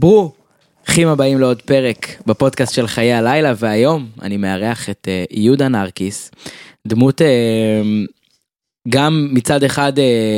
ברוכים הבאים לעוד פרק בפודקאסט של חיי הלילה, והיום אני מארח את יהודה נרקיס, דמות גם מצד אחד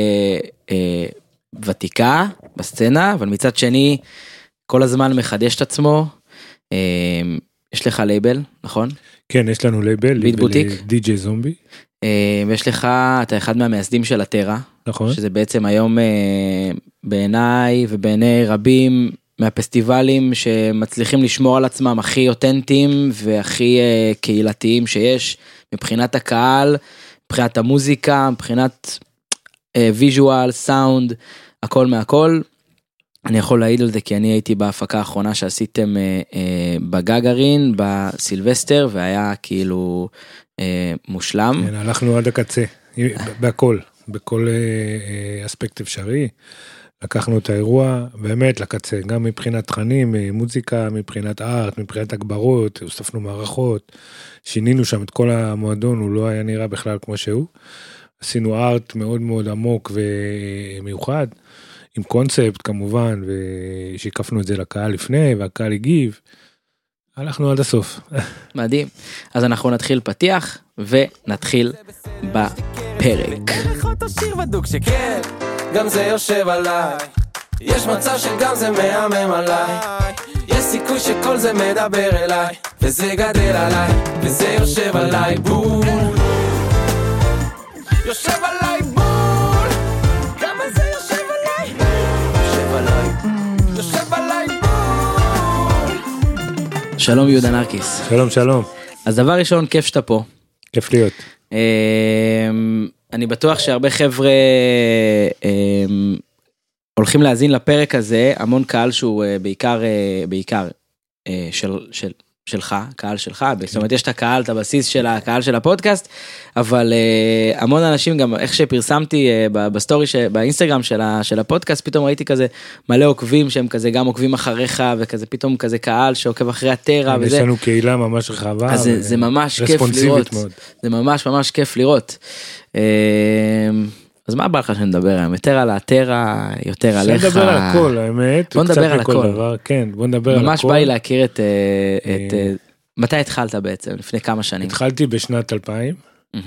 ותיקה בסצנה, אבל מצד שני כל הזמן מחדש את עצמו. יש לך לייבל, נכון? כן, יש לנו לייבל, ביט בוטיק, די.ג'יי זומבי. ויש לך, אתה אחד מהמייסדים של הטרה, נכון. שזה בעצם היום בעיניי ובעיני רבים מהפסטיבלים שמצליחים לשמור על עצמם הכי אותנטיים והכי קהילתיים שיש, מבחינת הקהל, מבחינת המוזיקה, מבחינת ויז'ואל, סאונד, הכל מהכל. אני יכול להעיד על זה כי אני הייתי בהפקה האחרונה שעשיתם בגגרין, בסילבסטר, והיה כאילו מושלם. כן, הלכנו עד הקצה, בהכל, בכל אספקט אפשרי. לקחנו את האירוע באמת לקצה, גם מבחינת תכנים, מוזיקה, מבחינת ארט, מבחינת הגברות, הוספנו מערכות, שינינו שם את כל המועדון, הוא לא היה נראה בכלל כמו שהוא. עשינו ארט מאוד מאוד עמוק ומיוחד, עם קונספט כמובן, ושיקפנו את זה לקהל לפני, והקהל הגיב. הלכנו עד הסוף. מדהים. אז אנחנו נתחיל פתיח, ונתחיל בפרק. גם זה יושב עליי, יש מצב שגם זה מהמם עליי, יש סיכוי שכל זה מדבר אליי, וזה גדל עליי, וזה יושב עליי בול, יושב עליי בול, גם זה יושב עליי, יושב עליי, יושב עליי בול. שלום יהודה נרקיס. שלום שלום. אז דבר ראשון, כיף שאתה פה. כיף להיות. אני בטוח שהרבה חבר'ה הולכים להזין לפרק הזה, המון קהל שהוא בעיקר שלך, קהל שלך, זאת אומרת יש את הקהל, את הבסיס של הקהל של הפודקאסט, אבל המון אנשים גם איך שפרסמתי בסטורי, באינסטגרם של הפודקאסט, פתאום ראיתי כזה מלא עוקבים שהם כזה גם עוקבים אחריך, וכזה פתאום כזה קהל שעוקב אחרי הטרה וזה. יש לנו קהילה ממש רחבה. אז זה ממש כיף לראות. זה ממש ממש כיף לראות. אז מה בא לך שנדבר היום? יותר על הטרה, יותר עליך. נדבר על הכל, האמת. בוא נדבר על הכל. כן, בוא נדבר על הכל. ממש בא לי להכיר את... מתי התחלת בעצם? לפני כמה שנים? התחלתי בשנת 2000.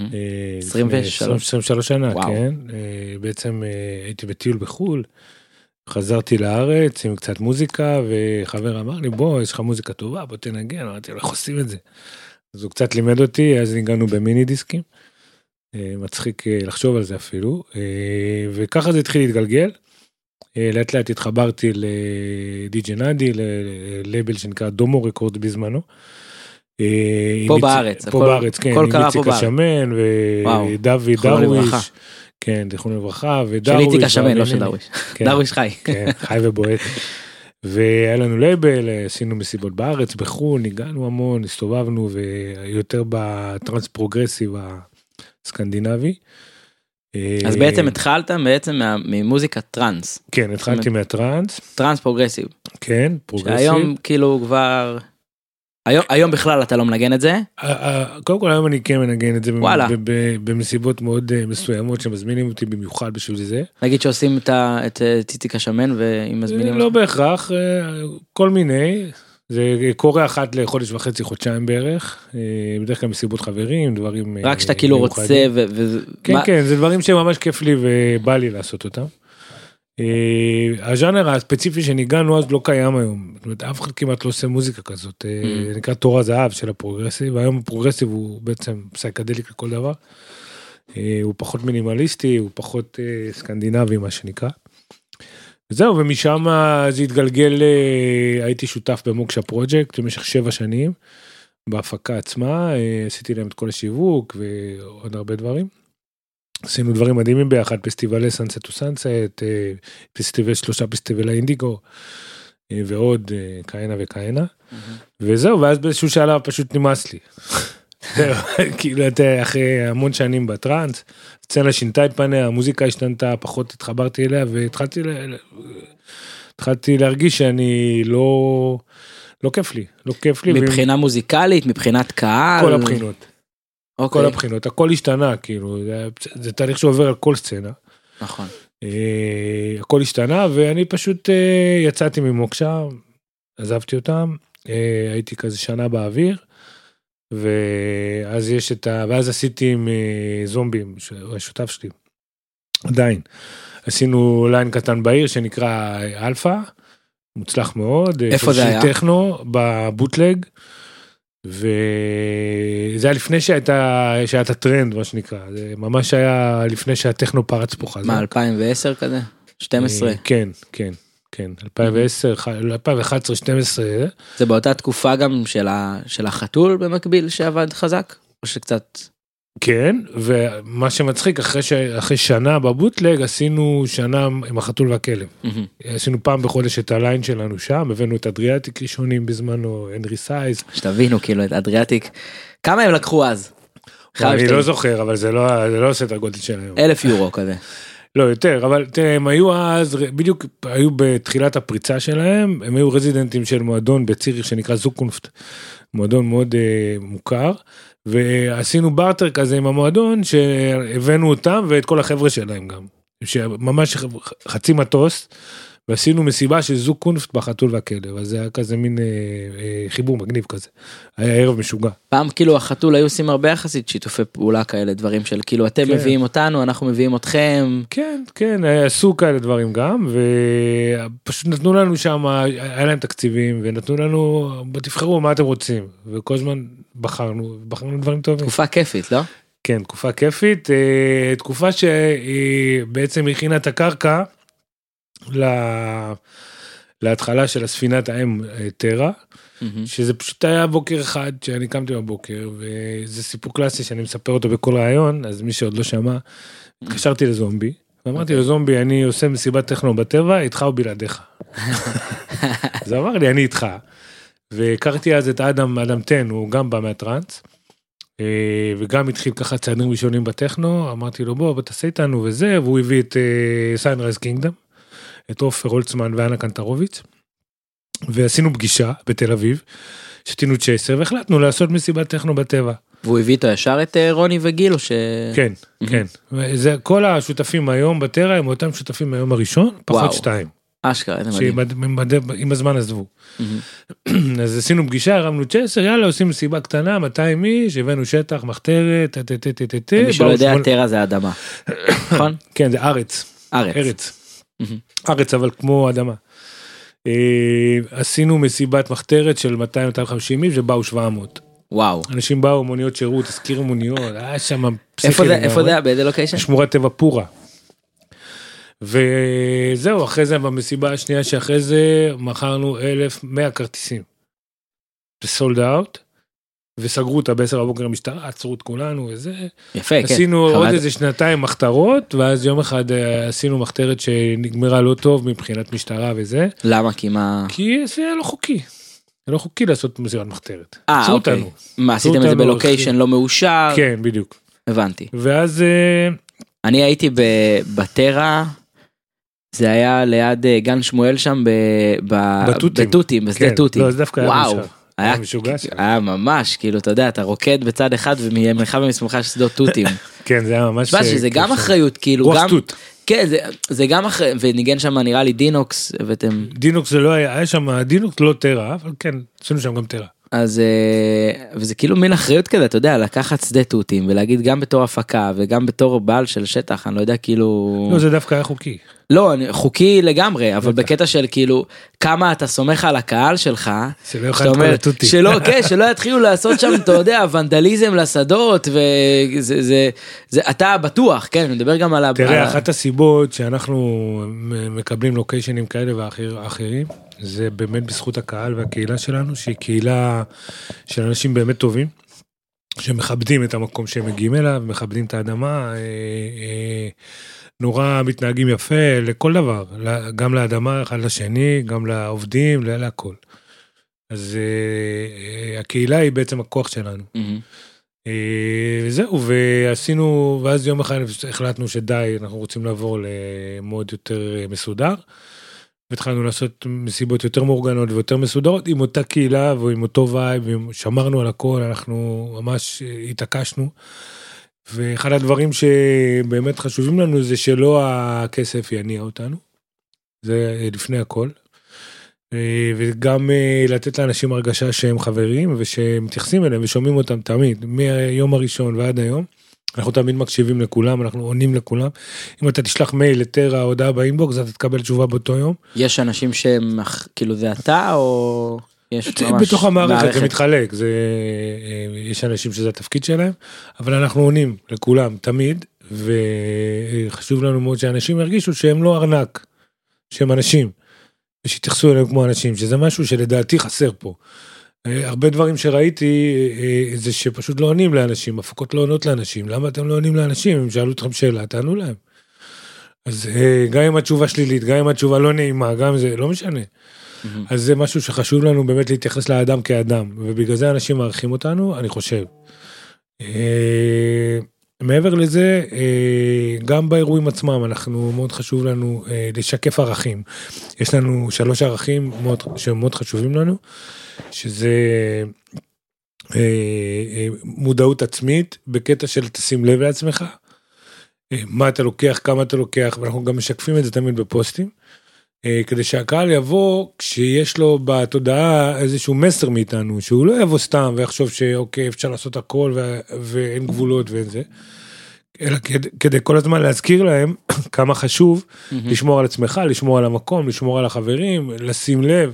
23 שנה, כן. בעצם הייתי בטיול בחול. חזרתי לארץ עם קצת מוזיקה, וחבר אמר לי, בוא, יש לך מוזיקה טובה, בוא תנגן. אמרתי, איך עושים את זה? אז הוא קצת לימד אותי, אז הגענו במיני דיסקים. מצחיק לחשוב על זה אפילו, וככה זה התחיל להתגלגל. לאט לאט התחברתי לדי.ג'יי נדי, ללייבל שנקרא דומו רקורד בזמנו. פה בארץ. פה בארץ, כן. עם איציק השמן ודוד דרוויש. כן, זכרונו לברכה. של איציק השמן, לא של דרוויש. דרוויש חי. כן, חי ובועט. והיה לנו לייבל, עשינו מסיבות בארץ, בחו"ל, ניגענו המון, הסתובבנו, ויותר בטרנס פרוגרסיב סקנדינבי. אז בעצם התחלת ממוזיקה טרנס. כן, התחלתי מהטרנס. טרנס פרוגרסיב. כן, פרוגרסיב. שהיום כאילו כבר... היום בכלל אתה לא מנגן את זה? קודם כל היום אני כן מנגן את זה. וואלה. במסיבות מאוד מסוימות שמזמינים אותי במיוחד בשביל זה. נגיד שעושים את איציק השמן ואם מזמינים... לא בהכרח, כל מיני... זה קורה אחת לחודש וחצי, חודשיים בערך, בדרך כלל מסיבות חברים, דברים... רק שאתה כאילו רוצה כן, כן, זה דברים שממש כיף לי ובא לי לעשות אותם. הז'אנר הספציפי שניגענו אז לא קיים היום, זאת אומרת, אף אחד כמעט לא עושה מוזיקה כזאת, נקרא תור הזהב של הפרוגרסיב, והיום הפרוגרסיב הוא בעצם פסייקדליק לכל דבר, הוא פחות מינימליסטי, הוא פחות סקנדינבי מה שנקרא. וזהו, ומשם זה התגלגל, הייתי שותף במוקשה פרויקט במשך 7 שנים, בהפקה עצמה, עשיתי להם את כל השיווק ועוד הרבה דברים. עשינו דברים מדהימים ביחד, פסטיבלי סאנסט טו סאנסט, 3 פסטיבלי אינדיגו, ועוד כהנה וכהנה. וזהו, ואז באיזשהו שאלה פשוט נמאס לי. כאילו אחרי המון שנים בטרנס, סצנה שינתה את פניה, המוזיקה השתנתה, פחות התחברתי אליה, והתחלתי להרגיש שאני לא כיף לי, לא כיף לי. מבחינה מוזיקלית, מבחינת קהל? כל הבחינות. כל הבחינות, הכל השתנה, כאילו, זה תהליך שעובר על כל סצנה. נכון. הכל השתנה, ואני פשוט יצאתי ממוקשה, עזבתי אותם, הייתי כזה שנה באוויר, ואז ואז עשיתי עם זומבים, השותף שלי, עדיין. עשינו ליין קטן בעיר שנקרא אלפא, מוצלח מאוד. איפה זה היה? טכנו, בבוטלג, וזה היה לפני שהיה את הטרנד, מה שנקרא, זה ממש היה לפני שהטכנו פרץ פה חזק. מה, 2010 כזה? 12? כן, כן, כן, 2010, 2011, 12. זה באותה תקופה גם של החתול במקביל שעבד חזק? או שקצת... כן, ומה שמצחיק, אחרי שנה בבוטלג, עשינו שנה עם החתול והכלב. עשינו פעם בחודש את הליין שלנו שם, הבאנו את אדריאטיק ראשונים בזמנו, הנרי סייז. שתבינו, כאילו, את אדריאטיק. כמה הם לקחו אז? אני לא זוכר, אבל זה לא עושה את הגודל של היום. 1,000 יורו כזה. לא יותר, אבל תראה, הם היו אז, בדיוק היו בתחילת הפריצה שלהם, הם היו רזידנטים של מועדון בציריך שנקרא זוקונפט, מועדון מאוד מוכר, ועשינו בארטר כזה עם המועדון, שהבאנו אותם ואת כל החבר'ה שלהם גם, שממש חצי מטוס, ועשינו מסיבה של זוקונפט בחתול והכלב, אז זה היה כזה מין חיבור מגניב כזה, היה ערב משוגע. פעם כאילו החתול היו עושים הרבה יחסית שיתופי פעולה כאלה, דברים של כאילו אתם מביאים אותנו, אנחנו מביאים אתכם. כן, כן, עשו כאלה דברים גם, ופשוט נתנו לנו שם, היה להם תקציבים, ונתנו לנו, תבחרו מה אתם רוצים, וכל הזמן בחרנו דברים טובים. תקופה כיפית, לא? כן, תקופה כיפית, תקופה שהיא בעצם הכינה את הקרקע, להתחלה של הספינת האם טרה, שזה פשוט היה בוקר אחד שאני קמתי בבוקר, וזה סיפור קלאסי שאני מספר אותו בכל רעיון, אז מי שעוד לא שמע, התקשרתי לזומבי, ואמרתי לזומבי, אני עושה מסיבת טכנו בטבע, איתך או בלעדיך. אז אמר לי, אני איתך, והכרתי אז את אדם טן, הוא גם בא מהטרנס, וגם התחיל ככה צעדים ראשונים בטכנו, אמרתי לו בוא תעשה איתנו וזה, והוא הביא את Sunrise Kingdom, את עופר הולצמן ואנה קנטרוביץ', ועשינו פגישה בתל אביב, שתינו צ'ייסר, והחלטנו לעשות מסיבת טכנו בטבע. והוא הביא איתו ישר את רוני וגיל, או ש... כן, כן. כל השותפים היום בטרה, הם אותם שותפים מהיום הראשון, פחות 2. אשכרה, זה מדהים. שעם הזמן עזבו. אז עשינו פגישה, הרמנו צ'ייסר, יאללה, עושים מסיבה קטנה, 200 איש, הבאנו שטח, מחתרת, מי שלא יודע, טרה זה אדמה. נכון? כן, זה ארץ. ארץ, אבל כמו אדמה. עשינו מסיבת מחתרת של 200-250 איש, ובאו 700. וואו. אנשים באו, מוניות שירות, הזכירו מוניות, היה שם איפה זה היה? באיזה לוקיישן? שמורת טבע פורה. וזהו, אחרי זה, במסיבה השנייה שאחרי זה, מכרנו 1,100 כרטיסים. בסולד אאוט, וסגרו אותה ב10 בבוקר המשטרה, עצרו את כולנו וזה. יפה, כן. עשינו עוד איזה 2 מחתרות, ואז יום אחד עשינו מחתרת שנגמרה לא טוב מבחינת משטרה וזה. למה? כי מה? כי זה היה לא חוקי. זה לא חוקי לעשות מסיבת מחתרת. אוקיי. מה, עשיתם את זה בלוקיישן לא מאושר? כן, בדיוק. הבנתי. ואז... אני הייתי בטרה, זה היה ליד גן שמואל שם בתותים, בשדה תותים. לא, זה דווקא היה מאושר. היה משוגע. היה ממש, כאילו, אתה יודע, אתה רוקד בצד אחד ומימינך ומשמאלך שדות תותים. כן, זה היה ממש... זה גם אחריות, כאילו, רוח תות. כן, זה גם אחרי, וניגן שם נראה לי דינוקס, ואתם... דינוקס זה לא היה שם, דינוקס לא טרה, אבל כן, עשינו שם גם טרה. אז, וזה כאילו מין אחריות כזה, אתה יודע, לקחת שדה תותים, ולהגיד גם בתור הפקה, וגם בתור בעל של שטח, אני לא יודע, כאילו... לא, זה דווקא היה חוקי. לא, חוקי לגמרי, אבל בקטע של כאילו, כמה אתה סומך על הקהל שלך, שלא יאכל את כל התותים. שלא יתחילו לעשות שם, אתה יודע, ונדליזם לשדות, וזה, אתה בטוח, כן, נדבר גם על... תראה, אחת הסיבות שאנחנו מקבלים לוקיישנים כאלה ואחרים, זה באמת בזכות הקהל והקהילה שלנו, שהיא קהילה של אנשים באמת טובים, שמכבדים את המקום שהם מגיעים אליו, מכבדים את האדמה, נורא מתנהגים יפה לכל דבר, גם לאדמה, אחד לשני, גם לעובדים, להכל. אז הקהילה היא בעצם הכוח שלנו. וזהו, ועשינו, ואז יום אחד החלטנו שדי, אנחנו רוצים לעבור למוד יותר מסודר, והתחלנו לעשות מסיבות יותר מאורגנות ויותר מסודרות, עם אותה קהילה ועם אותו וייב, שמרנו על הכל, אנחנו ממש התעקשנו, ואחד הדברים שבאמת חשובים לנו זה שלא הכסף יניע אותנו, זה לפני הכל, וגם לתת לאנשים הרגשה שהם חברים, ושמתייחסים אליהם ושומעים אותם תמיד, מהיום הראשון ועד היום. אנחנו תמיד מקשיבים לכולם, אנחנו עונים לכולם. אם אתה תשלח מייל לטרה, ההודעה באינבוקס, אתה תקבל תשובה באותו יום. יש אנשים שהם, כאילו זה אתה, או יש ממש... בתוך המערכת, זה מתחלק, יש אנשים שזה התפקיד שלהם, אבל אנחנו עונים לכולם, תמיד, וחשוב לנו מאוד שאנשים ירגישו שהם לא ארנק, שהם אנשים, ושתייחסו אליהם כמו אנשים, שזה משהו שלדעתי חסר פה. הרבה דברים שראיתי זה שפשוט לא עונים לאנשים, הפקות לא עונות לאנשים, למה אתם לא עונים לאנשים? אם שאלו אתכם שאלה, תענו להם. אז גם אם התשובה שלילית, גם אם התשובה לא נעימה, גם אם זה לא משנה. אז זה משהו שחשוב לנו באמת להתייחס לאדם כאדם, ובגלל זה אנשים מערכים אותנו, אני חושב. מעבר לזה, גם באירועים עצמם, אנחנו מאוד חשוב לנו לשקף ערכים. יש לנו 3 ערכים שהם מאוד חשובים לנו, שזה מודעות עצמית, בקטע של תשים לב לעצמך, מה אתה לוקח, כמה אתה לוקח, ואנחנו גם משקפים את זה תמיד בפוסטים, כדי שהקהל יבוא כשיש לו בתודעה איזשהו מסר מאיתנו, שהוא לא יבוא סתם ויחשוב שאוקיי, אפשר לעשות הכל ואין גבולות ואין זה, אלא כדי כל הזמן להזכיר להם כמה חשוב לשמור על עצמך, לשמור על המקום, לשמור על החברים, לשים לב.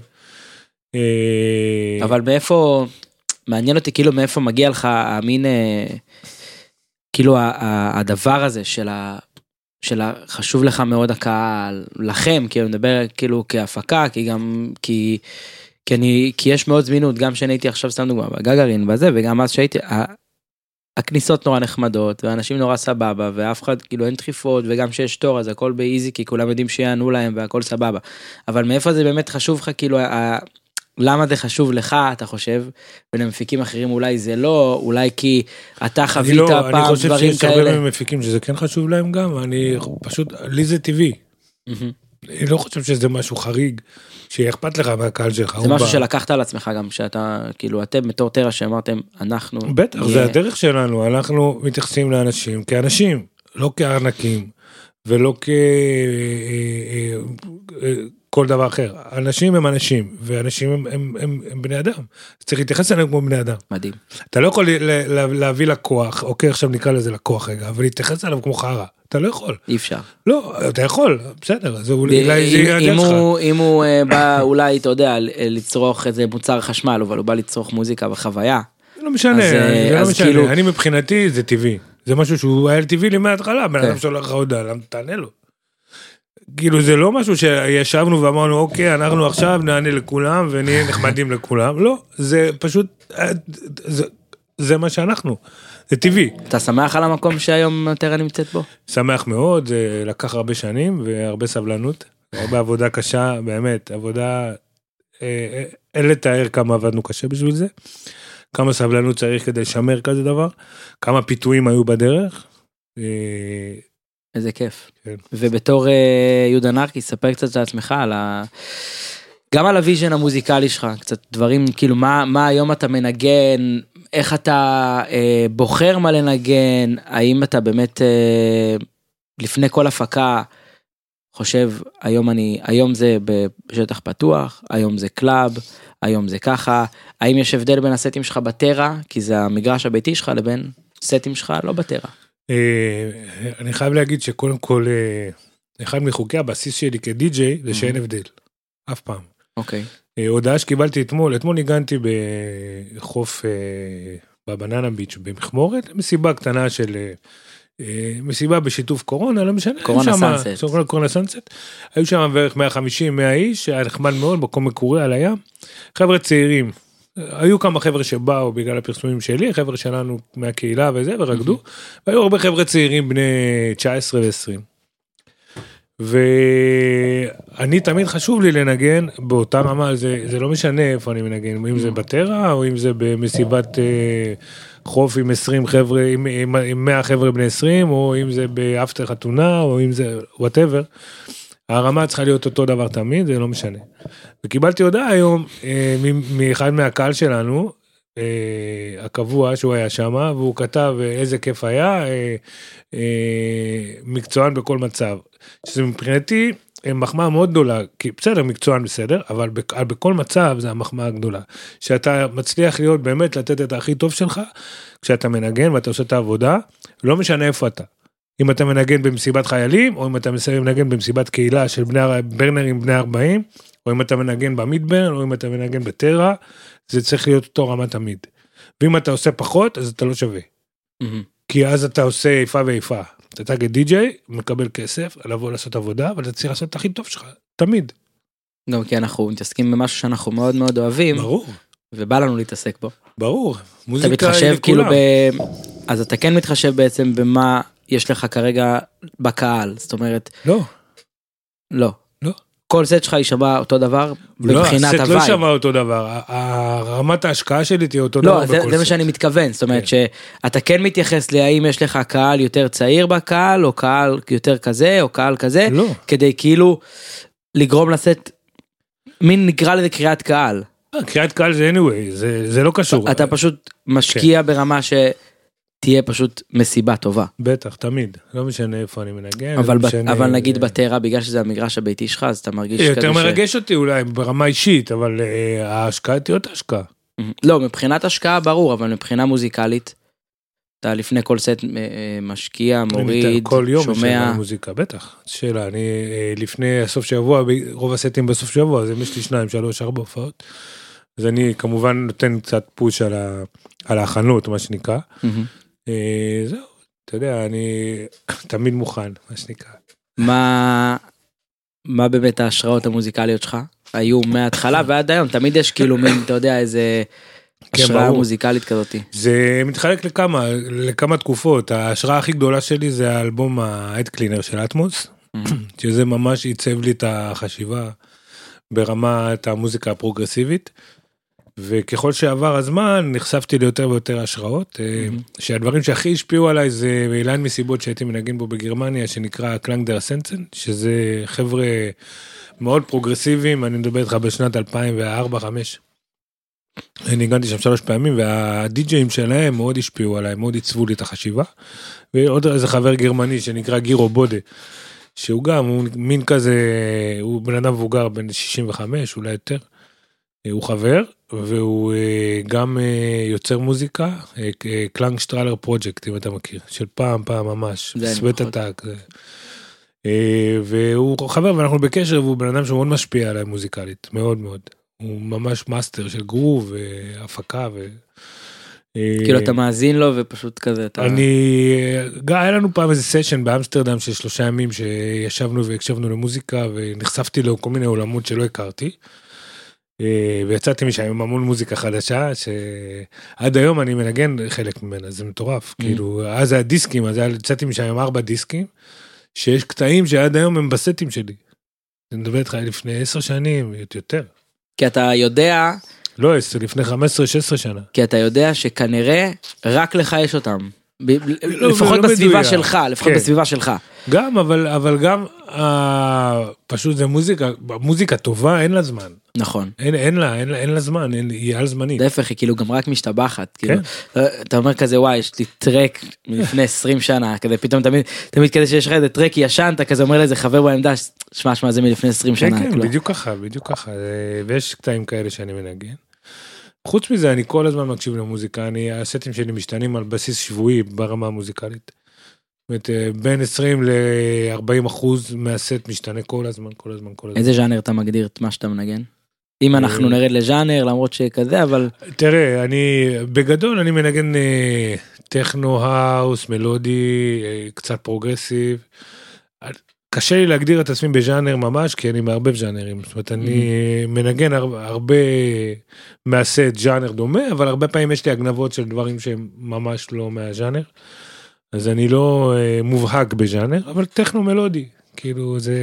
אבל מאיפה, מעניין אותי כאילו מאיפה מגיע לך המין, כאילו הדבר הזה של חשוב לך מאוד הקהל, לכם, כי אני מדבר כאילו כהפקה, כי יש מאוד זמינות, גם שאני הייתי עכשיו סתם דוגמה בגגרין בזה, וגם אז שהייתי, הכניסות נורא נחמדות, ואנשים נורא סבבה, ואף אחד כאילו אין דחיפות, וגם שיש תור, אז הכל באיזי, כי כולם יודעים שיענו להם, והכל סבבה. אבל מאיפה זה באמת חשוב לך, כאילו, למה זה חשוב לך, אתה חושב, ולמפיקים אחרים אולי זה לא, אולי כי אתה חווית פעם דברים כאלה. אני חושב שיש הרבה מפיקים שזה כן חשוב להם גם, אני פשוט, לי זה טבעי. אני לא חושב שזה משהו חריג, שאכפת לך מהקהל שלך. זה משהו שלקחת על עצמך גם, שאתה, כאילו, אתם בתור טרה שאמרתם, אנחנו... בטח, זה הדרך שלנו, אנחנו מתייחסים לאנשים כאנשים, לא כארנקים, ולא כל דבר אחר. אנשים הם אנשים, ואנשים הם בני אדם. צריך להתייחס אליהם כמו בני אדם. מדהים. אתה לא יכול להביא לקוח, אוקיי, עכשיו נקרא לזה לקוח רגע, אבל להתייחס אליו כמו חרה. אתה לא יכול. אי אפשר. לא, אתה יכול, בסדר, זה אולי זה יהיה הדרך שלך. אם הוא בא, אולי, אתה יודע, לצרוך איזה מוצר חשמל, אבל הוא בא לצרוך מוזיקה וחוויה. לא משנה, אני מבחינתי זה טבעי. זה משהו שהוא היה טבעי לי מההתחלה, בן אדם שולח לך הודעה, למה תענה לו? כאילו זה לא משהו שישבנו ואמרנו, אוקיי, אנחנו עכשיו נענה לכולם ונהיה נחמדים לכולם. לא, זה פשוט, זה מה שאנחנו. זה טבעי. אתה שמח על המקום שהיום טרה נמצאת בו? שמח מאוד, זה לקח הרבה שנים והרבה סבלנות, הרבה עבודה קשה, באמת, עבודה, אין לתאר כמה עבדנו קשה בשביל זה, כמה סבלנות צריך כדי לשמר כזה דבר, כמה פיתויים היו בדרך. איזה כיף. כן. ובתור יהודה נרקי, ספר קצת על עצמך, גם על הוויז'ן המוזיקלי שלך, קצת דברים, כאילו מה היום אתה מנגן, איך אתה בוחר מה לנגן, האם אתה באמת לפני כל הפקה חושב, היום זה בשטח פתוח, היום זה קלאב, היום זה ככה, האם יש הבדל בין הסטים שלך בטרה, כי זה המגרש הביתי שלך, לבין סטים שלך לא בטרה? אני חייב להגיד שקודם כל, אחד מחוקי הבסיס שלי כדי-ג'יי, זה שאין הבדל, אף פעם. אוקיי. הודעה שקיבלתי אתמול ניגנתי בחוף בבננה ביץ' במחמורת, מסיבה קטנה של, מסיבה בשיתוף קורונה, לא משנה. קורונה סנסט. היו שם בערך 150-100 איש, היה נחמד מאוד, מקום מקורי על הים. חבר'ה צעירים, היו כמה חבר'ה שבאו בגלל הפרסומים שלי, חבר'ה שלנו מהקהילה וזה, ורקדו, והיו הרבה חבר'ה צעירים בני 19 ו-20. ואני תמיד חשוב לי לנגן באותה רמה, זה לא משנה איפה אני מנגן, אם זה בטרה, או אם זה במסיבת חוף עם 20 חבר'ה, עם 100 חבר'ה בני 20, או אם זה באפטר חתונה, או אם זה whatever, הרמה צריכה להיות אותו דבר תמיד, זה לא משנה. וקיבלתי הודעה היום, מאחד מהקהל שלנו, הקבוע שהוא היה שם, והוא כתב איזה כיף היה, מקצוען בכל מצב. שזה מבחינתי, מחמאה מאוד גדולה, כי בסדר, מקצוען בסדר, אבל בכל מצב זה המחמאה הגדולה, שאתה מצליח להיות באמת לתת את הכי טוב שלך, כשאתה מנגן ואתה עושה את העבודה, לא משנה איפה אתה. אם אתה מנגן במסיבת חיילים, או אם אתה מנגן במסיבת קהילה של ברנרים בני 40, או אם אתה מנגן במידברן, או אם אתה מנגן בטרה, זה צריך להיות אותו רמה תמיד. ואם אתה עושה פחות, אז אתה לא שווה. כי אז אתה עושה איפה ואיפה. אתה תגיד די-ג'יי, מקבל כסף, לבוא לעשות עבודה, אבל אתה צריך לעשות את הכי טוב שלך, תמיד. גם כי אנחנו מתעסקים במשהו שאנחנו מאוד מאוד אוהבים. ברור. ובא לנו להתעסק בו. ברור. אתה מתחשב כאילו אז אתה כן מתחשב בעצם במה יש לך כרגע בקהל, זאת אומרת... לא. לא. לא. כל סט שלך יישמע אותו דבר מבחינת הוואי. הסט לא יישמע אותו דבר, רמת ההשקעה שלי תהיה אותו דבר בכל סט. לא, זה מה שאני מתכוון, זאת אומרת שאתה כן מתייחס להאם יש לך קהל יותר צעיר בקהל, או קהל יותר כזה, או קהל כזה, כדי כאילו לגרום לסט, מין נקרא לזה קריאת קהל. קריאת קהל זה anyway, זה לא קשור. אתה פשוט משקיע ברמה תהיה פשוט מסיבה טובה. בטח, תמיד. לא משנה איפה אני מנגן. אבל נגיד בטרה, בגלל שזה המגרש הביתי שלך, אז אתה מרגיש כזה יותר מרגש אותי אולי ברמה אישית, אבל ההשקעה תהיה אותה השקעה. לא, מבחינת השקעה ברור, אבל מבחינה מוזיקלית, אתה לפני כל סט משקיע, מוריד, כל יום שומע. משנה מוזיקה, בטח. שאלה, אני לפני הסוף שבוע, רוב הסטים בסוף שבוע, אז יש לי 2, 3, 4 הופעות. אז אני כמובן נותן קצת פוש על ההכנות, מה שנקרא. זהו, אתה יודע, אני תמיד מוכן, מה שנקרא. מה באמת ההשראות המוזיקליות שלך? היו מההתחלה ועד היום, תמיד יש כאילו מין, אתה יודע, איזה השראה מוזיקלית כזאת. זה מתחלק לכמה תקופות, ההשראה הכי גדולה שלי זה האלבום ה-Head Cleaner של אטמוס, שזה ממש ייצב לי את החשיבה ברמת המוזיקה הפרוגרסיבית, וככל שעבר הזמן נחשפתי ליותר ויותר השראות, שהדברים שהכי השפיעו עליי זה אילן מסיבות שהייתי מנגן בו בגרמניה, שנקרא קלנגדר סנסן, שזה חבר'ה מאוד פרוגרסיביים, אני מדבר איתך בשנת 2004-2005, אני הגנתי שם 3 פעמים, והדיג'אים שלהם מאוד השפיעו עליי, מאוד עיצבו לי את החשיבה, ועוד איזה חבר גרמני שנקרא גירו בודה, שהוא גם, הוא מין כזה, הוא בן אדם מבוגר בין 65, אולי יותר, הוא חבר, והוא גם יוצר מוזיקה, קלנגשטרלר פרוג'קט, אם אתה מכיר, של פעם ממש, סווט עתק, והוא חבר, ואנחנו בקשר, והוא בן אדם שמאוד משפיע עליי מוזיקלית, מאוד מאוד, הוא ממש מאסטר של גרוב, והפקה, כאילו אתה מאזין לו, ופשוט כזה, היה לנו פעם איזה סשן באמסטרדם, של 3 ימים, שישבנו והקשבנו למוזיקה, ונחשפתי לו כל מיני עולמות שלא הכרתי, ויצאתי משם עם המון מוזיקה חדשה, שעד היום אני מנגן חלק ממנה, זה מטורף, כאילו, אז היה דיסקים, אז יצאתי משם עם 4 דיסקים, שיש קטעים שעד היום הם בסטים שלי. אני מדבר איתך לפני 10 שנים, יותר. כי אתה יודע... לא 10, לפני 15-16 שנה. כי אתה יודע שכנראה רק לך יש אותם. לפחות בסביבה שלך, לפחות בסביבה שלך. גם, אבל גם, פשוט זה מוזיקה טובה, אין לה זמן. נכון. אין לה זמן, היא על זמנית. להפך, היא כאילו גם רק משתבחת. אתה אומר כזה, וואי, יש לי טרק מלפני 20 שנה, כזה פתאום תמיד כזה שיש לך איזה טרק ישן, אתה כזה אומר לאיזה חבר בעמדה, שמע, זה מלפני 20 שנה. כן, בדיוק ככה, ויש קטעים כאלה שאני מנגן. חוץ מזה, אני כל הזמן מקשיב למוזיקה, הסטים שלי משתנים על בסיס שבועי ברמה המוזיקלית. זאת אומרת, בין 20 ל-40% מהסט משתנה כל הזמן. איזה ז'אנר אתה מגדיר את מה שאתה מנגן? אם אנחנו נרד לז'אנר, למרות שכזה, אבל... תראה, בגדול אני מנגן טכנו, האוס, מלודי, קצת פרוגרסיב. קשה לי להגדיר את עצמי בז'אנר ממש, כי אני מערבב ז'אנרים. זאת אומרת, אני מנגן הרבה מהסט ז'אנר דומה, אבל הרבה פעמים יש לי הגנבות של דברים שהם ממש לא מהז'אנר. אז אני לא מובהק בז'אנר, אבל טכנו מלודי. כאילו, זה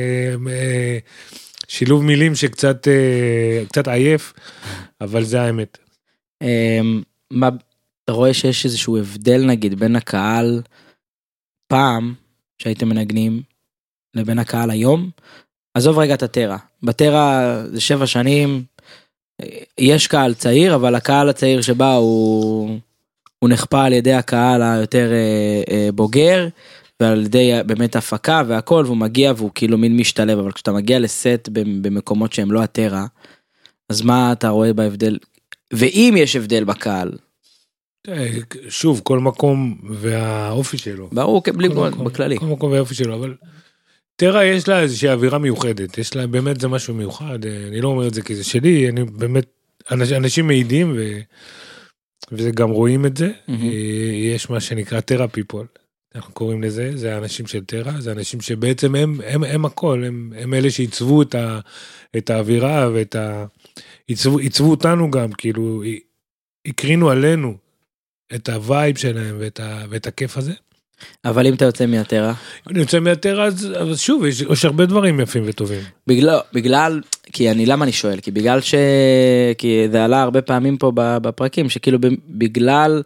שילוב מילים שקצת עייף, אבל זה האמת. מה, אתה רואה שיש איזשהו הבדל, נגיד, בין הקהל פעם שהייתם מנגנים, לבין הקהל היום? עזוב רגע את הטרה. בטרה זה 7 שנים, יש קהל צעיר, אבל הקהל הצעיר שבא הוא נכפה על ידי הקהל היותר בוגר, ועל ידי באמת הפקה והכל, והוא מגיע והוא כאילו מין משתלב, אבל כשאתה מגיע לסט במקומות שהם לא הטרה, אז מה אתה רואה בהבדל? ואם יש הבדל בקהל? שוב, כל מקום והאופי שלו. ברור, בלי בכללי. כל מקום והאופי שלו, אבל טרה יש לה איזושהי אווירה מיוחדת, יש לה באמת זה משהו מיוחד, אני לא אומר את זה כי זה שלי, אני באמת, אנשים מעידים וזה גם רואים את זה, יש מה שנקרא טרה פיפול, אנחנו קוראים לזה, זה האנשים של טרה, זה אנשים שבעצם הם הכל, הם אלה שעיצבו את האווירה עיצבו אותנו גם, כאילו, הקרינו עלינו את הווייב שלהם ואת הכיף הזה. אבל אם אתה יוצא מהטרה? אני יוצא מהטרה, אז שוב, יש הרבה דברים יפים וטובים. בגלל, למה אני שואל? כי זה עלה הרבה פעמים פה בפרקים, שכאילו בגלל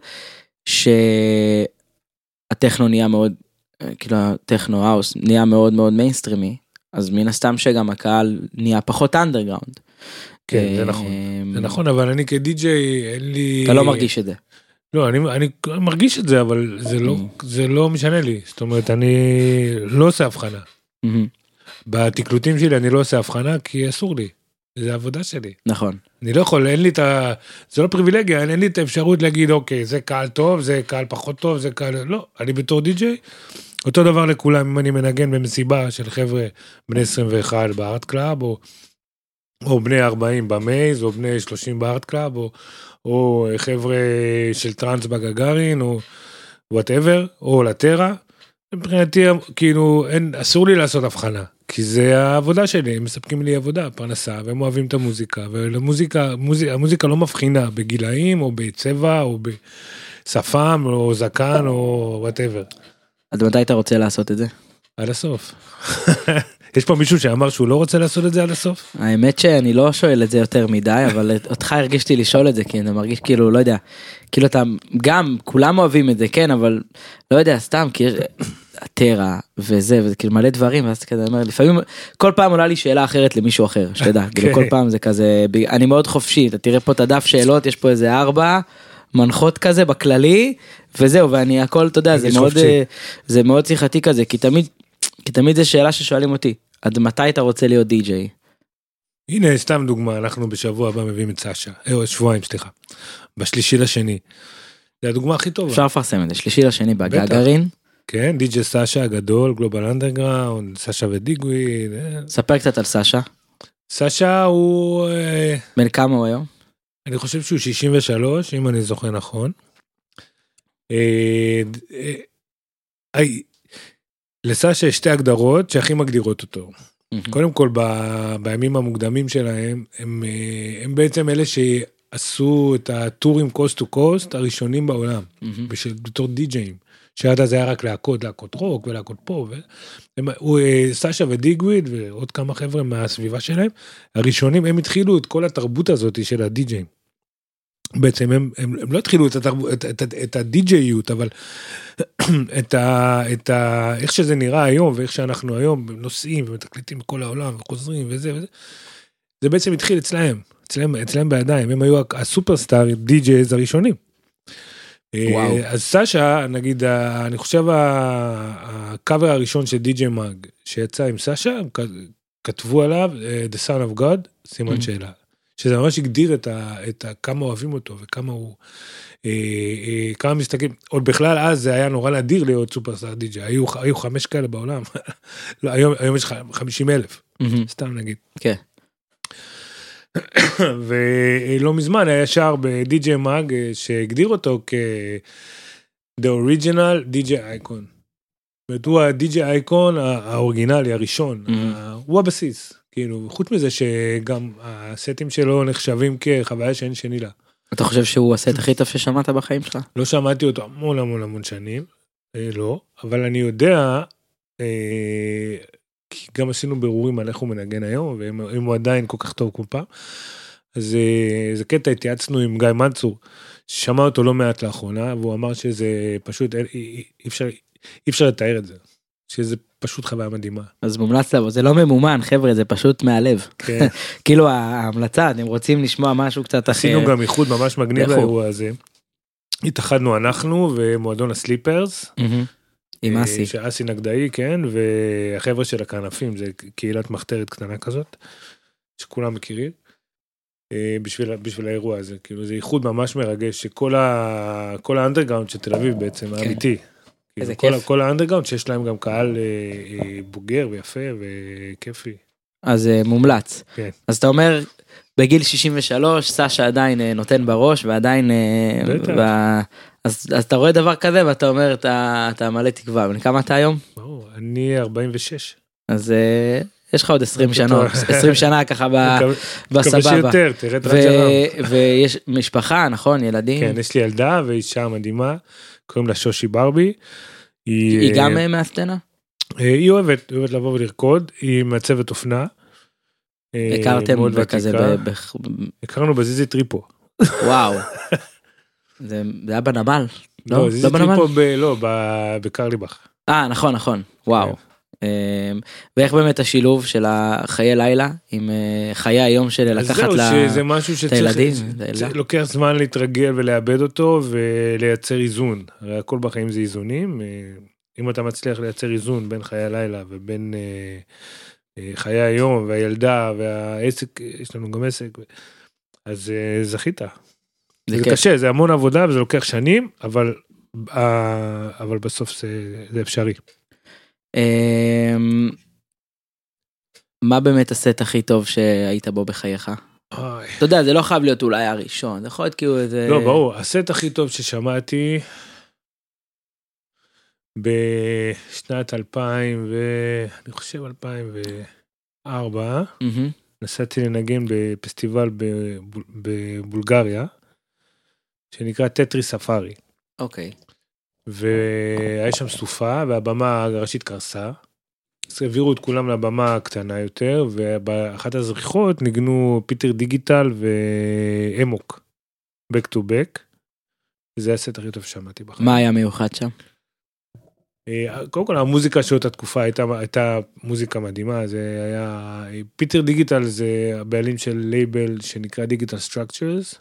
שהטכנו נהיה מאוד, כאילו הטכנו האוס נהיה מאוד מאוד מיינסטרימי, אז מן הסתם שגם הקהל נהיה פחות אנדרגראונד. כן, זה נכון. זה נכון, אבל אני כדי-ג'יי, אין לי... אתה לא מרגיש את זה. לא, אני מרגיש את זה, אבל זה לא משנה לי. זאת אומרת, אני לא עושה הבחנה. בתקלוטים שלי אני לא עושה הבחנה, כי אסור לי. זה העבודה שלי. נכון. אני לא יכול, אין לי זה לא פריבילגיה, אין לי את האפשרות להגיד, אוקיי, זה קהל טוב, זה קהל פחות טוב, זה קהל... לא, אני בתור די-ג'יי, אותו דבר לכולם, אם אני מנגן במסיבה של חבר'ה בני 21 בארט קלאב, או בני 40 במייז, או בני 30 בארט קלאב, או חבר'ה של טרנס בגגרין, או whatever, או לטרה, מבחינתי, כאילו, אסור לי לעשות הבחנה, כי זה העבודה שלי, הם מספקים לי עבודה, פרנסה, והם אוהבים את המוזיקה, המוזיקה לא מבחינה בגילאים, או בצבע, או בשפם, או זקן, או whatever. עד מתי אתה רוצה לעשות את זה? עד הסוף. יש פה מישהו שאמר שהוא לא רוצה לעשות את זה עד הסוף? האמת שאני לא שואל את זה יותר מדי, אבל אותך הרגישתי לשאול את זה, כי אני מרגיש כאילו, לא יודע, כאילו אתה, גם כולם אוהבים את זה, כן, אבל לא יודע, סתם, כי יש הטרה וזה, וזה כאילו מלא דברים, ואז כזה אומר, לפעמים, כל פעם עולה לי שאלה אחרת למישהו אחר, שתדע, כאילו כל פעם זה כזה, אני מאוד חופשי, אתה תראה פה את הדף שאלות, יש פה איזה 4 מנחות כזה בכללי, וזהו, ואני הכל, אתה יודע, זה מאוד שיחתי כזה, כי תמיד זה שאלה ששואלים אותי, עד מתי אתה רוצה להיות די-ג'יי? הנה, סתם דוגמה, אנחנו בשבוע הבא מביאים את סשה, שבועיים, סליחה, ב3/2, זה הדוגמה הכי טובה. אפשר לפרסם את זה, 3/2 בגגרין. כן, די-ג'יי סשה הגדול, גלובל אנדרגראונד, סשה ודיגוויד. ספר קצת על סשה. סשה הוא... בן כמה הוא היום? אני חושב שהוא 63, אם אני זוכר נכון. לסשה יש 2 הגדרות שהכי מגדירות אותו. קודם כל, בימים המוקדמים שלהם, הם בעצם אלה שעשו את הטורים קוסט טו קוסט הראשונים בעולם, בתור די-ג'יים, שעד אז היה רק להקות רוק ולהקות פה, סשה ודיגוויד ועוד כמה חבר'ה מהסביבה שלהם, הראשונים, הם התחילו את כל התרבות הזאת של הדי-ג'יים. בעצם הם לא התחילו את הדי-ג'יות, אבל איך שזה נראה היום, ואיך שאנחנו היום נוסעים ומתקליטים בכל העולם וחוזרים וזה, זה בעצם התחיל אצלם בידיים, הם היו הסופרסטאר די-ג'ייז הראשונים. אז סשה, נגיד, אני חושב הקאבר הראשון של די-ג'יי מאג, שיצא עם סשה, כתבו עליו The Son of God, סימן שאלה. שזה ממש הגדיר את כמה אוהבים אותו, וכמה הוא, כמה מסתכלים, עוד בכלל אז זה היה נורא נדיר להיות סופרסטאר די-ג'יי, היו 5 כאלה בעולם, לא, היום יש 50,000, סתם נגיד. כן. ולא מזמן היה שער ב-DJ Mag שהגדיר אותו The Original DJ Icon. הוא ה-DJ Icon האורגינלי, הראשון, הוא הבסיס. כאילו, חוץ מזה שגם הסטים שלו נחשבים כחוויה שאין שני לה. אתה חושב שהוא הסט הכי טוב ששמעת בחיים שלך? לא שמעתי אותו המון שנים, לא, אבל אני יודע, כי גם עשינו ברורים על איך הוא מנגן היום, ואם הוא עדיין כל כך טוב כל פעם, אז זה קטע, התייעצנו עם גיא מנצור, ששמע אותו לא מעט לאחרונה, והוא אמר שזה פשוט, אי אפשר לתאר את זה, שזה פשוט חוויה מדהימה. אז מומלץ לבוא, זה לא ממומן, חבר'ה, זה פשוט מהלב. כן. כאילו ההמלצה, אתם רוצים לשמוע משהו קצת אחר. עשינו גם איחוד ממש מגניב לאירוע הזה. התאחדנו אנחנו ומועדון הסליפרס, עם אסי. שאסי נגדאי, כן, והחבר'ה של הכנפים, זה קהילת מחתרת קטנה כזאת, שכולם מכירים, בשביל האירוע הזה, כאילו זה איחוד ממש מרגש, שכל האנדרגראונד של תל אביב בעצם, האמיתי, איזה כיף. כל האנדרגראונד שיש להם גם קהל בוגר ויפה וכיפי. אז מומלץ. כן. אז אתה אומר, בגיל 63, סשה עדיין נותן בראש, ועדיין, אז אתה רואה דבר כזה, ואתה אומר, אתה מלא תקווה. כמה אתה היום? ברור, אני 46. אז יש לך עוד 20 שנה ככה בסבבה. מקווה שיותר, תראה את רג'רם. ויש משפחה, נכון, ילדים? כן, יש לי ילדה ואישה מדהימה, קוראים לה שושי ברבי. היא גם מהסצנה? היא אוהבת לבוא ולרקוד, היא מעצבת אופנה. הכרתם וכזה? הכרנו בזיזי טריפו. וואו. זה היה בנמל? לא, זיזי טריפו בקרליבך. נכון, וואו. ואיך באמת השילוב של החיי לילה עם חיי היום של לקחת את הילדים? זה לוקח זמן להתרגל ולאבד אותו ולייצר איזון. הרי הכל בחיים זה איזונים. אם אתה מצליח לייצר איזון בין חיי הלילה ובין חיי היום והילדה והעסק, יש לנו גם עסק, אז זכית. זה קשה, זה המון עבודה וזה לוקח שנים, אבל בסוף זה אפשרי. מה באמת הסט הכי טוב שהיית בו בחייך? אתה יודע, זה לא חייב להיות אולי הראשון, זה יכול להיות כאילו איזה... לא, ברור, הסט הכי טוב ששמעתי בשנת 2000 אני חושב 2004, נסעתי לנגן בפסטיבל בבולגריה, שנקרא טטרי ספארי. אוקיי. והיה שם סופה, והבמה הראשית קרסה, אז העבירו את כולם לבמה הקטנה יותר, ובאחת הזריחות ניגנו פיטר דיגיטל ואמוק, back to back, וזה הסט הכי טוב שמעתי בחיים. מה היה מיוחד שם? קודם כל המוזיקה של אותה תקופה הייתה מוזיקה מדהימה, זה היה, פיטר דיגיטל זה הבעלים של לייבל שנקרא דיגיטל סטרקצ'רס,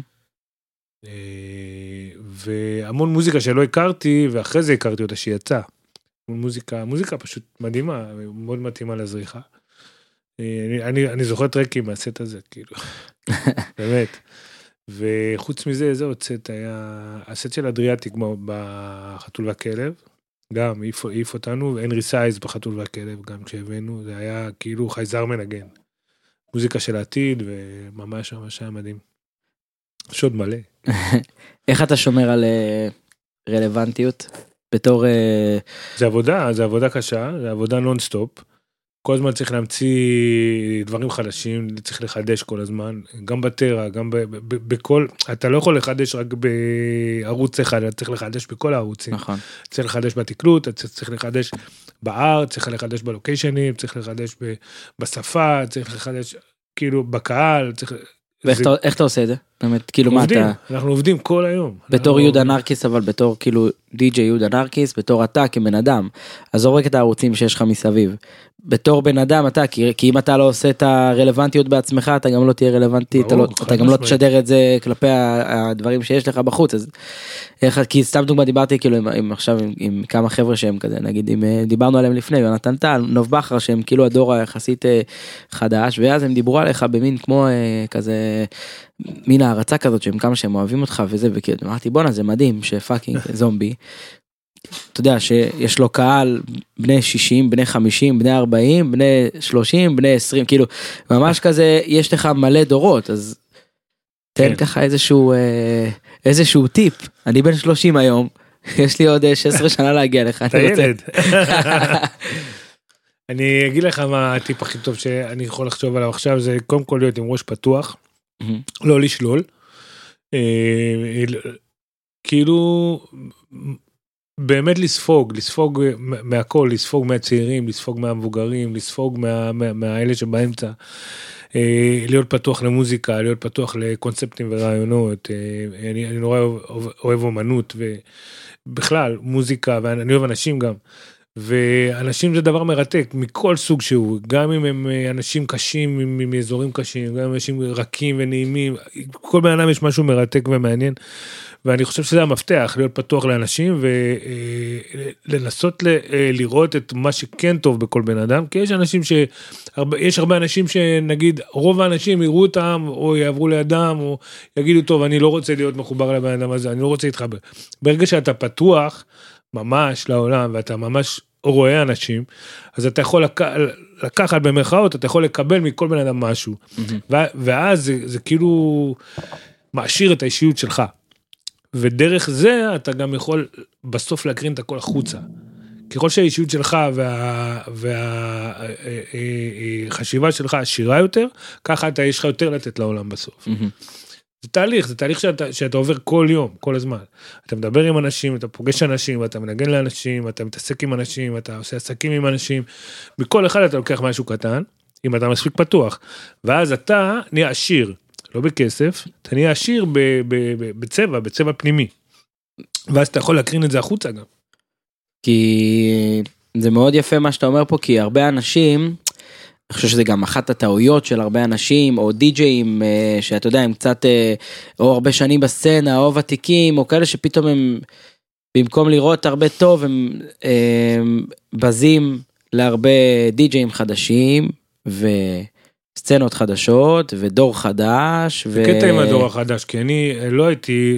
והמון מוזיקה שלא הכרתי, ואחרי זה הכרתי אותה שהיא יצאה. מוזיקה פשוט מדהימה, מאוד מתאימה לזריחה. אני זוכר טרקים מהסט הזה, כאילו, באמת. וחוץ מזה, זה עוד סט היה, הסט של אדריאטיק בחתול והכלב, גם העיף אותנו, והנרי סייז בחתול והכלב, גם כשהבאנו, זה היה כאילו חייזר מנגן. מוזיקה של העתיד, וממש ממש היה מדהים. שוד מלא. איך אתה שומר על רלוונטיות? בתור... זה עבודה קשה, זה עבודה נונסטופ. כל הזמן צריך להמציא דברים חדשים, צריך לחדש כל הזמן, גם בטרה, גם בכל... אתה לא יכול לחדש רק בערוץ אחד, אתה צריך לחדש בכל הערוצים. נכון. צריך לחדש בתקלות, אתה צריך לחדש בארט, צריך לחדש בלוקיישנים, צריך לחדש בשפה, צריך לחדש כאילו בקהל, צריך... ואיך אתה עושה את זה? באמת, כאילו מה אתה... אנחנו עובדים כל היום. בתור יהודה נרקיס, אבל בתור כאילו די.ג'יי יהודה נרקיס, בתור אתה כבן אדם, אז זורק את הערוצים שיש לך מסביב. בתור בן אדם אתה, כי אם אתה לא עושה את הרלוונטיות בעצמך, אתה גם לא תהיה רלוונטי, אתה גם לא תשדר את זה כלפי הדברים שיש לך בחוץ, אז כי סתם דוגמה דיברתי כאילו עכשיו עם כמה חבר'ה שהם כזה, נגיד אם דיברנו עליהם לפני, יונתן טל, נוב בחר, שהם כאילו הדור היחסית חדש, ואז הם דיברו עליך במין כמו כזה, מין הערצה כזאת, שהם כמה שהם אוהבים אותך וזה, וכאילו, אמרתי בונה זה מדהים, שפאקינג זומבי, אתה יודע שיש לו קהל בני 60, בני 50, בני 40, בני 30, בני 20, כאילו ממש כזה יש לך מלא דורות, אז תן ככה איזשהו טיפ, אני בן 30 היום, יש לי עוד 16 שנה להגיע לך, אתה ילד. אני אגיד לך מה הטיפ הכי טוב שאני יכול לחשוב עליו עכשיו, זה קודם כל להיות עם ראש פתוח, לא לשלול, כאילו באמת לספוג מהכל, לספוג מהצעירים, לספוג מהמבוגרים, לספוג מהאלה שבאמצע, להיות פתוח למוזיקה, להיות פתוח לקונספטים ורעיונות, אני נורא אוהב אומנות, ובכלל מוזיקה, ואני אוהב אנשים גם, ואנשים זה דבר מרתק, מכל סוג שהוא, גם אם הם אנשים קשים, מאזורים קשים, גם אם אנשים רכים ונעימים, כל בן אדם יש משהו מרתק ומעניין, ואני חושב שזה המפתח, להיות פתוח לאנשים, ולנסות לראות את מה שכן טוב בכל בן אדם, כי יש הרבה אנשים שנגיד, רוב האנשים יראו אותם, או יעברו לידם, או יגידו, טוב, אני לא רוצה להיות מחובר לבן אדם הזה, אני לא רוצה להתחבר. ברגע שאתה פתוח, ממש לעולם, ואתה ממש רואה אנשים, אז אתה יכול לקחת במרכאות, אתה יכול לקבל מכל בן אדם משהו, ואז זה כאילו מעשיר את האישיות שלך, ודרך זה אתה גם יכול בסוף להקרין את הכל החוצה, ככל שהאישיות שלך והחשיבה שלך עשירה יותר, ככה יש לך יותר לתת לעולם בסוף. זה תהליך שאתה עובר כל יום, כל הזמן. אתה מדבר עם אנשים, אתה פוגש אנשים, אתה מנגן לאנשים, אתה מתעסק עם אנשים, אתה עושה עסקים עם אנשים, מכל אחד אתה לוקח משהו קטן, אם אתה מספיק פתוח, ואז אתה נהיה עשיר, לא בכסף, אתה נהיה עשיר בצבע פנימי, ואז אתה יכול להקרין את זה החוצה גם. כי זה מאוד יפה מה שאתה אומר פה, כי הרבה אנשים, אני חושב שזה גם אחת הטעויות של הרבה אנשים, או די-ג'אים, שאתה יודע, הם קצת, או הרבה שנים בסצנה, או ותיקים, או כאלה שפתאום הם, במקום לראות הרבה טוב, הם בזים להרבה די-ג'אים חדשים, וסצנות חדשות, ודור חדש. קטע עם הדור החדש, כי אני לא הייתי,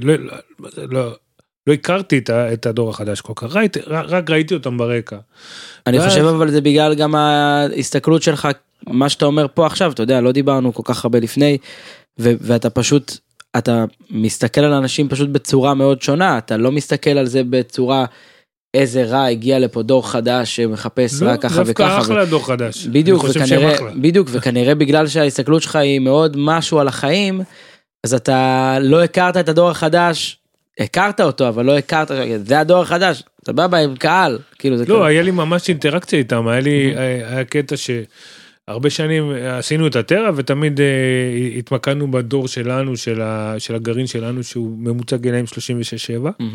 לא הכרתי את הדור החדש כל כך, רק ראיתי אותם ברקע. אני חושב אבל זה בגלל גם ההסתכלות שלך, מה שאתה אומר פה עכשיו, אתה יודע, לא דיברנו כל כך הרבה לפני, ואתה פשוט, אתה מסתכל על אנשים פשוט בצורה מאוד שונה, אתה לא מסתכל על זה בצורה, איזה רע הגיע לפה דור חדש שמחפש רק ככה וככה. דווקא אחלה דור חדש. בדיוק, וכנראה בגלל שההסתכלות שלך היא מאוד משהו על החיים, אז אתה לא הכרת את הדור החדש, הכרת אותו, אבל לא הכרת, זה הדור החדש, סבבה, עם קהל, כאילו זה לא, היה לי ממש אינטראקציה איתם, היה קטע שהרבה שנים עשינו את הטרה, ותמיד התמקדנו בדור שלנו, של הגרעין שלנו, שהוא ממוצע גילאים 36-7,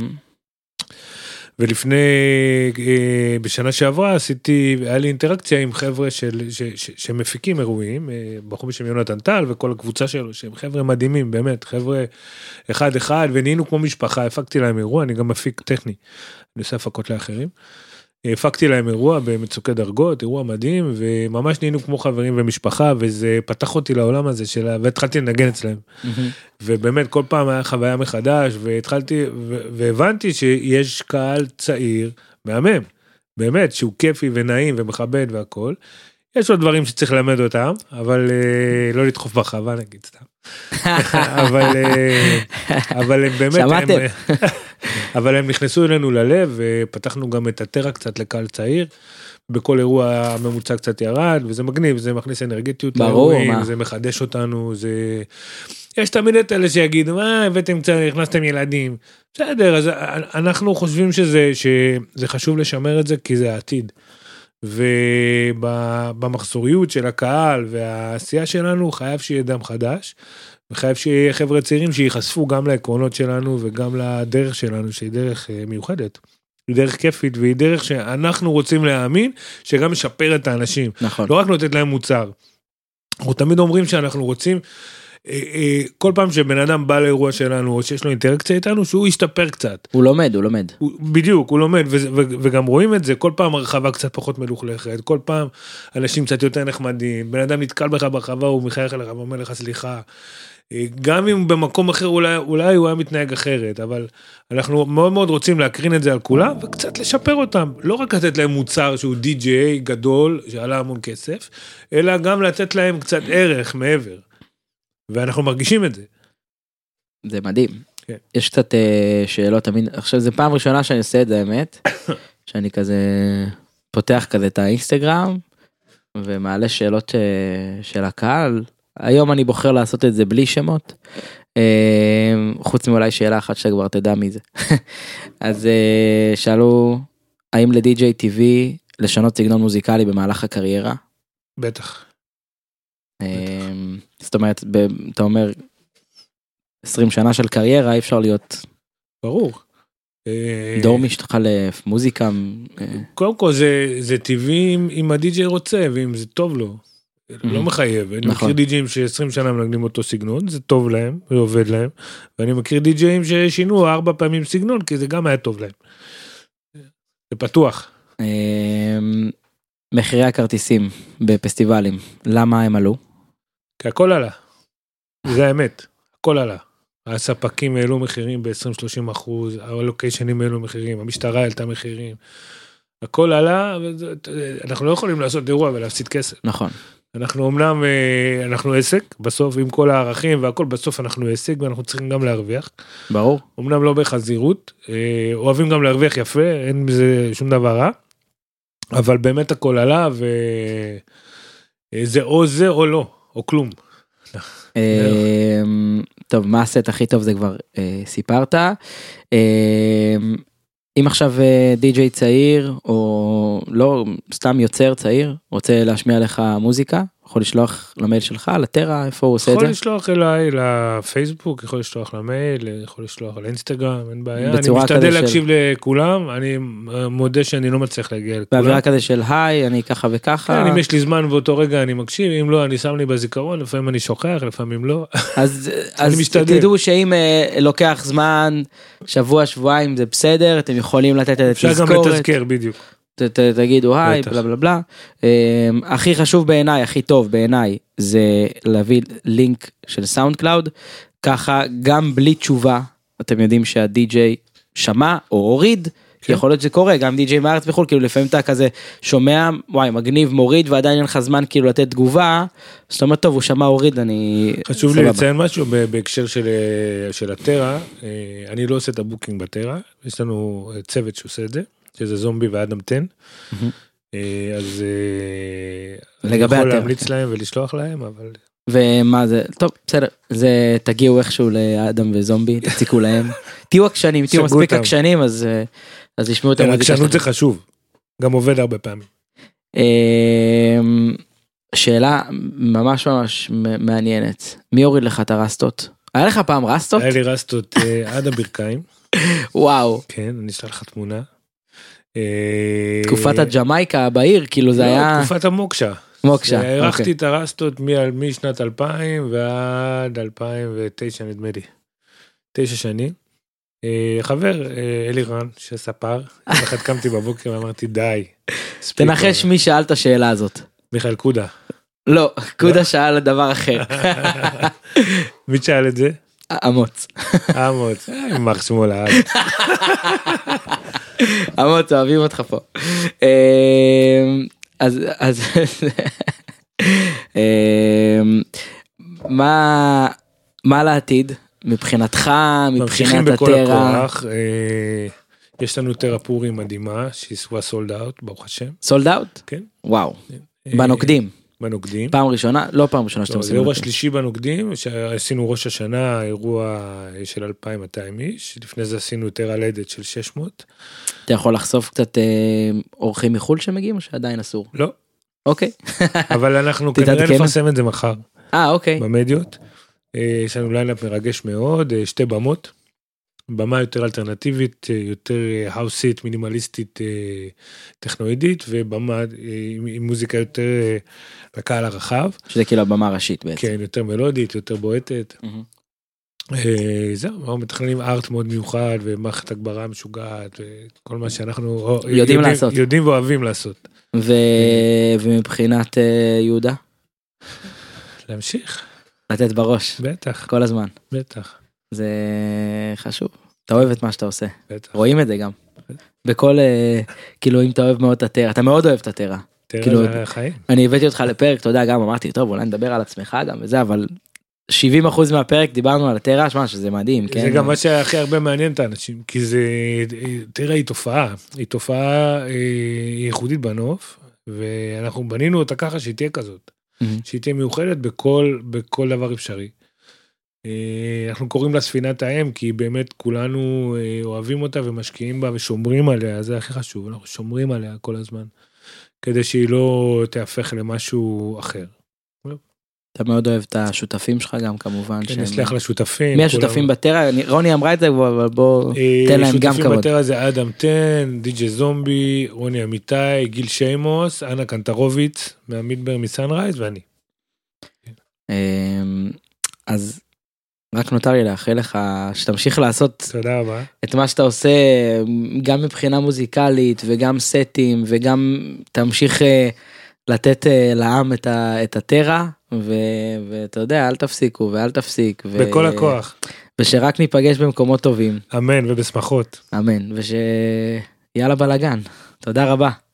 ולפני, בשנה שעברה, היה לי אינטראקציה עם חבר'ה שמפיקים אירועים, בחור בשם יונתן טל, וכל הקבוצה שלו, שהם חבר'ה מדהימים, באמת, חבר'ה אחד, ונהיינו כמו משפחה, הפקתי להם אירוע, אני גם מפיק טכני, אני עושה הפקות לאחרים, הפקתי להם אירוע במצוקי דרגות, אירוע מדהים, וממש נהיינו כמו חברים ומשפחה, וזה פתח אותי לעולם הזה והתחלתי לנגן אצלהם. ובאמת כל פעם היה חוויה מחדש, והבנתי שיש קהל צעיר, מהמם, באמת, שהוא כיפי ונעים ומכבד והכל. יש עוד דברים שצריך ללמד אותם, אבל לא לדחוף בחווה, נגיד סתם. אבל הם באמת, אבל הם נכנסו אלינו ללב, ופתחנו גם את הטרה קצת לקהל צעיר, בכל אירוע הממוצע קצת ירד, וזה מגניב, זה מכניס אנרגטיות לאירועים, זה מחדש אותנו, יש תמיד את אלה שיגידו, מה, הבאתם קצת, הכנסתם ילדים, בסדר, אז אנחנו חושבים שזה חשוב לשמר את זה, כי זה העתיד. ובמחזוריות של הקהל והעשייה שלנו חייב שיהיה דם חדש, וחייב שיהיה חבר'ה צעירים שיחשפו גם לעקרונות שלנו וגם לדרך שלנו, שהיא דרך מיוחדת, היא דרך כיפית, והיא דרך שאנחנו רוצים להאמין שגם משפר את האנשים, נכון. לא רק נותנת להם מוצר. אנחנו תמיד אומרים שאנחנו רוצים, כל פעם שבן אדם בא לאירוע שלנו, או שיש לו אינטראקציה איתנו, שהוא ישתפר קצת. הוא לומד. בדיוק, הוא לומד, וגם רואים את זה, כל פעם הרחבה קצת פחות מלוכלכת, כל פעם אנשים קצת יותר נחמדים, בן אדם נתקל בך ברחבה, הוא מחייך אליך, ואומר לך סליחה, גם אם במקום אחר אולי הוא היה מתנהג אחרת, אבל אנחנו מאוד מאוד רוצים להקרין את זה על כולם, וקצת לשפר אותם, לא רק לתת להם מוצר שהוא די-ג'יי גדול, שעלה המון כסף, אלא גם לתת להם קצת ערך מעבר. ואנחנו מרגישים את זה. זה מדהים. כן. יש קצת שאלות, תמיד, עכשיו זה פעם ראשונה שאני עושה את זה, האמת, שאני כזה פותח כזה את האינסטגרם, ומעלה שאלות של הקהל. היום אני בוחר לעשות את זה בלי שמות, חוץ מאולי שאלה אחת שאתה כבר תדע מי זה. אז שאלו, האם לדי-ג'יי טבעי לשנות סגנון מוזיקלי במהלך הקריירה? בטח. זאת אומרת, אתה אומר 20 שנה של קריירה, אי אפשר להיות... ברור. דור משתחלף, מוזיקה. קודם כל זה טבעי אם הדי-ג'יי רוצה, ואם זה טוב לו. לא מחייב. אני מכיר די-ג'יים ש20 שנה מנגנים אותו סגנון, זה טוב להם, זה עובד להם. ואני מכיר די-ג'יים ששינו 4 פעמים סגנון, כי זה גם היה טוב להם. זה פתוח. מחירי הכרטיסים בפסטיבלים, למה הם עלו? כי הכל עלה. זה האמת. הכל עלה. הספקים העלו מחירים ב-20-30%, הלוקיישנים העלו מחירים, המשטרה העלתה מחירים. הכל עלה, אנחנו לא יכולים לעשות אירוע ולהפסיד כסף. נכון. אנחנו אמנם, אנחנו עסק, בסוף עם כל הערכים והכל, בסוף אנחנו עסק ואנחנו צריכים גם להרוויח. ברור. אמנם לא בחזירות, אוהבים גם להרוויח יפה, אין בזה שום דבר רע, אבל באמת הכל עלה, וזה או זה או לא, או כלום. טוב, מה הסט הכי טוב זה כבר סיפרת. אם עכשיו די-ג'יי צעיר, או לא, סתם יוצר צעיר, רוצה להשמיע לך מוזיקה, יכול לשלוח למייל שלך, לטרה, איפה הוא עושה את זה? יכול לשלוח אליי לפייסבוק, יכול לשלוח למייל, יכול לשלוח על אינסטגרם, אין בעיה. אני משתדל להקשיב לכולם, אני מודה שאני לא מצליח להגיע לכולם. באווירה כזה של היי, אני ככה וככה. כן, אם יש לי זמן באותו רגע אני מקשיב, אם לא אני שם לי בזיכרון, לפעמים אני שוכח, לפעמים לא. אז תדעו שאם לוקח זמן, שבוע, שבועיים, זה בסדר, אתם יכולים לתת את תזכורת. אפשר גם לתזכר, בדיוק. תגידו היי, בלה בלה בלה. הכי חשוב בעיניי, הכי טוב בעיניי, זה להביא לינק של סאונד קלאוד, ככה גם בלי תשובה, אתם יודעים שהדי-ג'יי שמע או הוריד, יכול להיות שזה קורה, גם די-ג'יי מארץ בחול, כאילו לפעמים אתה כזה שומע, וואי, מגניב, מוריד, ועדיין אין לך זמן כאילו לתת תגובה, זאת אומרת, טוב, הוא שמע, הוריד, אני... חשוב לי לציין משהו בהקשר של הטרה, אני לא עושה את הבוקינג בטרה, יש לנו צוות שעושה את זה, שזה זומבי ואדם 10, אז אני יכול להמליץ להם ולשלוח להם, אבל... ומה זה, טוב, בסדר, זה תגיעו איכשהו לאדם וזומבי, תציקו להם, תהיו עקשנים, תהיו מספיק עקשנים, אז ישמעו את המוזיקה. עקשנות זה חשוב, גם עובד הרבה פעמים. שאלה ממש ממש מעניינת, מי הוריד לך את הרסטות? היה לך פעם רסטות? היה לי רסטות עד הברכיים. וואו. כן, אני אשלח לך תמונה. תקופת הג'מייקה בעיר, כאילו זה היה... תקופת המוקשה. מוקשה. הערכתי את הרסטות משנת 2000 ועד 2009 נדמה לי. 9 שנים. חבר אלירן שספר, אחד קמתי בבוקר ואמרתי די. תנחש מי שאל את השאלה הזאת. מיכאל קודה. לא, קודה שאל דבר אחר. מי שאל את זה? אמוץ. אמוץ, מח שמאלה. אמוץ, אוהבים אותך פה. אז מה לעתיד מבחינתך, מבחינת הטרה? יש לנו טרה פורים מדהימה שהיא סולד אאוט, ברוך השם. סולד אאוט? כן. וואו. בנוקדים. בנוקדים. פעם ראשונה, לא פעם ראשונה שאתם עושים. זה אירוע שלישי בנוקדים, שעשינו ראש השנה, אירוע של 2,200 איש, לפני זה עשינו טרה לדת של 600. אתה יכול לחשוף קצת אורחים מחול שמגיעים או שעדיין אסור? לא. אוקיי. אבל אנחנו כנראה נפרסם את זה מחר. אוקיי. במדיות. יש לנו ליינאפ מרגש מאוד, 2 במות. במה יותר אלטרנטיבית, יותר האוסית, מינימליסטית, טכנואידית, ובמה עם מוזיקה יותר לקהל הרחב. שזה כאילו הבמה הראשית בעצם. כן, יותר מלודית, יותר בועטת. זהו, אנחנו מתכננים ארט מאוד מיוחד, ומערכת הגברה משוגעת, וכל מה שאנחנו יודעים ואוהבים לעשות. ומבחינת יהודה? להמשיך. לתת בראש. בטח. כל הזמן. בטח. זה חשוב. אתה אוהב את מה שאתה עושה. בטח. רואים את זה גם. בכל, כאילו, אם אתה אוהב מאוד את הטרה, אתה מאוד אוהב את הטרה. טרה זה החיים. אני הבאתי אותך לפרק, אתה יודע, גם אמרתי, טוב, אולי נדבר על עצמך גם וזה, אבל 70% מהפרק דיברנו על הטרה, שמה שזה מדהים, כן? זה גם מה שהכי הרבה מעניין את האנשים, כי זה, טרה היא תופעה ייחודית בנוף, ואנחנו בנינו אותה ככה שהיא תהיה כזאת, שהיא תהיה מיוחדת בכל דבר אפשרי. אנחנו קוראים לה ספינת האם, כי באמת כולנו אוהבים אותה ומשקיעים בה ושומרים עליה, זה הכי חשוב, אנחנו שומרים עליה כל הזמן, כדי שהיא לא תהפך למשהו אחר. אתה מאוד אוהב את השותפים שלך גם כמובן. אני אסלח לשותפים. מי השותפים בטרה? רוני אמרה את זה, אבל בוא תן להם גם כבוד. שותפים בטרה זה אדם טן, די.ג'י זומבי, רוני אמיתי, גיל שיימוס, אנה קנטרוביץ, מהמידבר מסנרייז ואני. אז רק נותר לי לאחל לך שתמשיך לעשות תודה רבה. את מה שאתה עושה, גם מבחינה מוזיקלית וגם סטים, וגם תמשיך לתת לעם את הטרה, ואתה יודע, אל תפסיקו ואל תפסיק. בכל הכוח. ושרק ניפגש במקומות טובים. אמן, ובשמחות. אמן, ושיאללה בלגן. תודה רבה.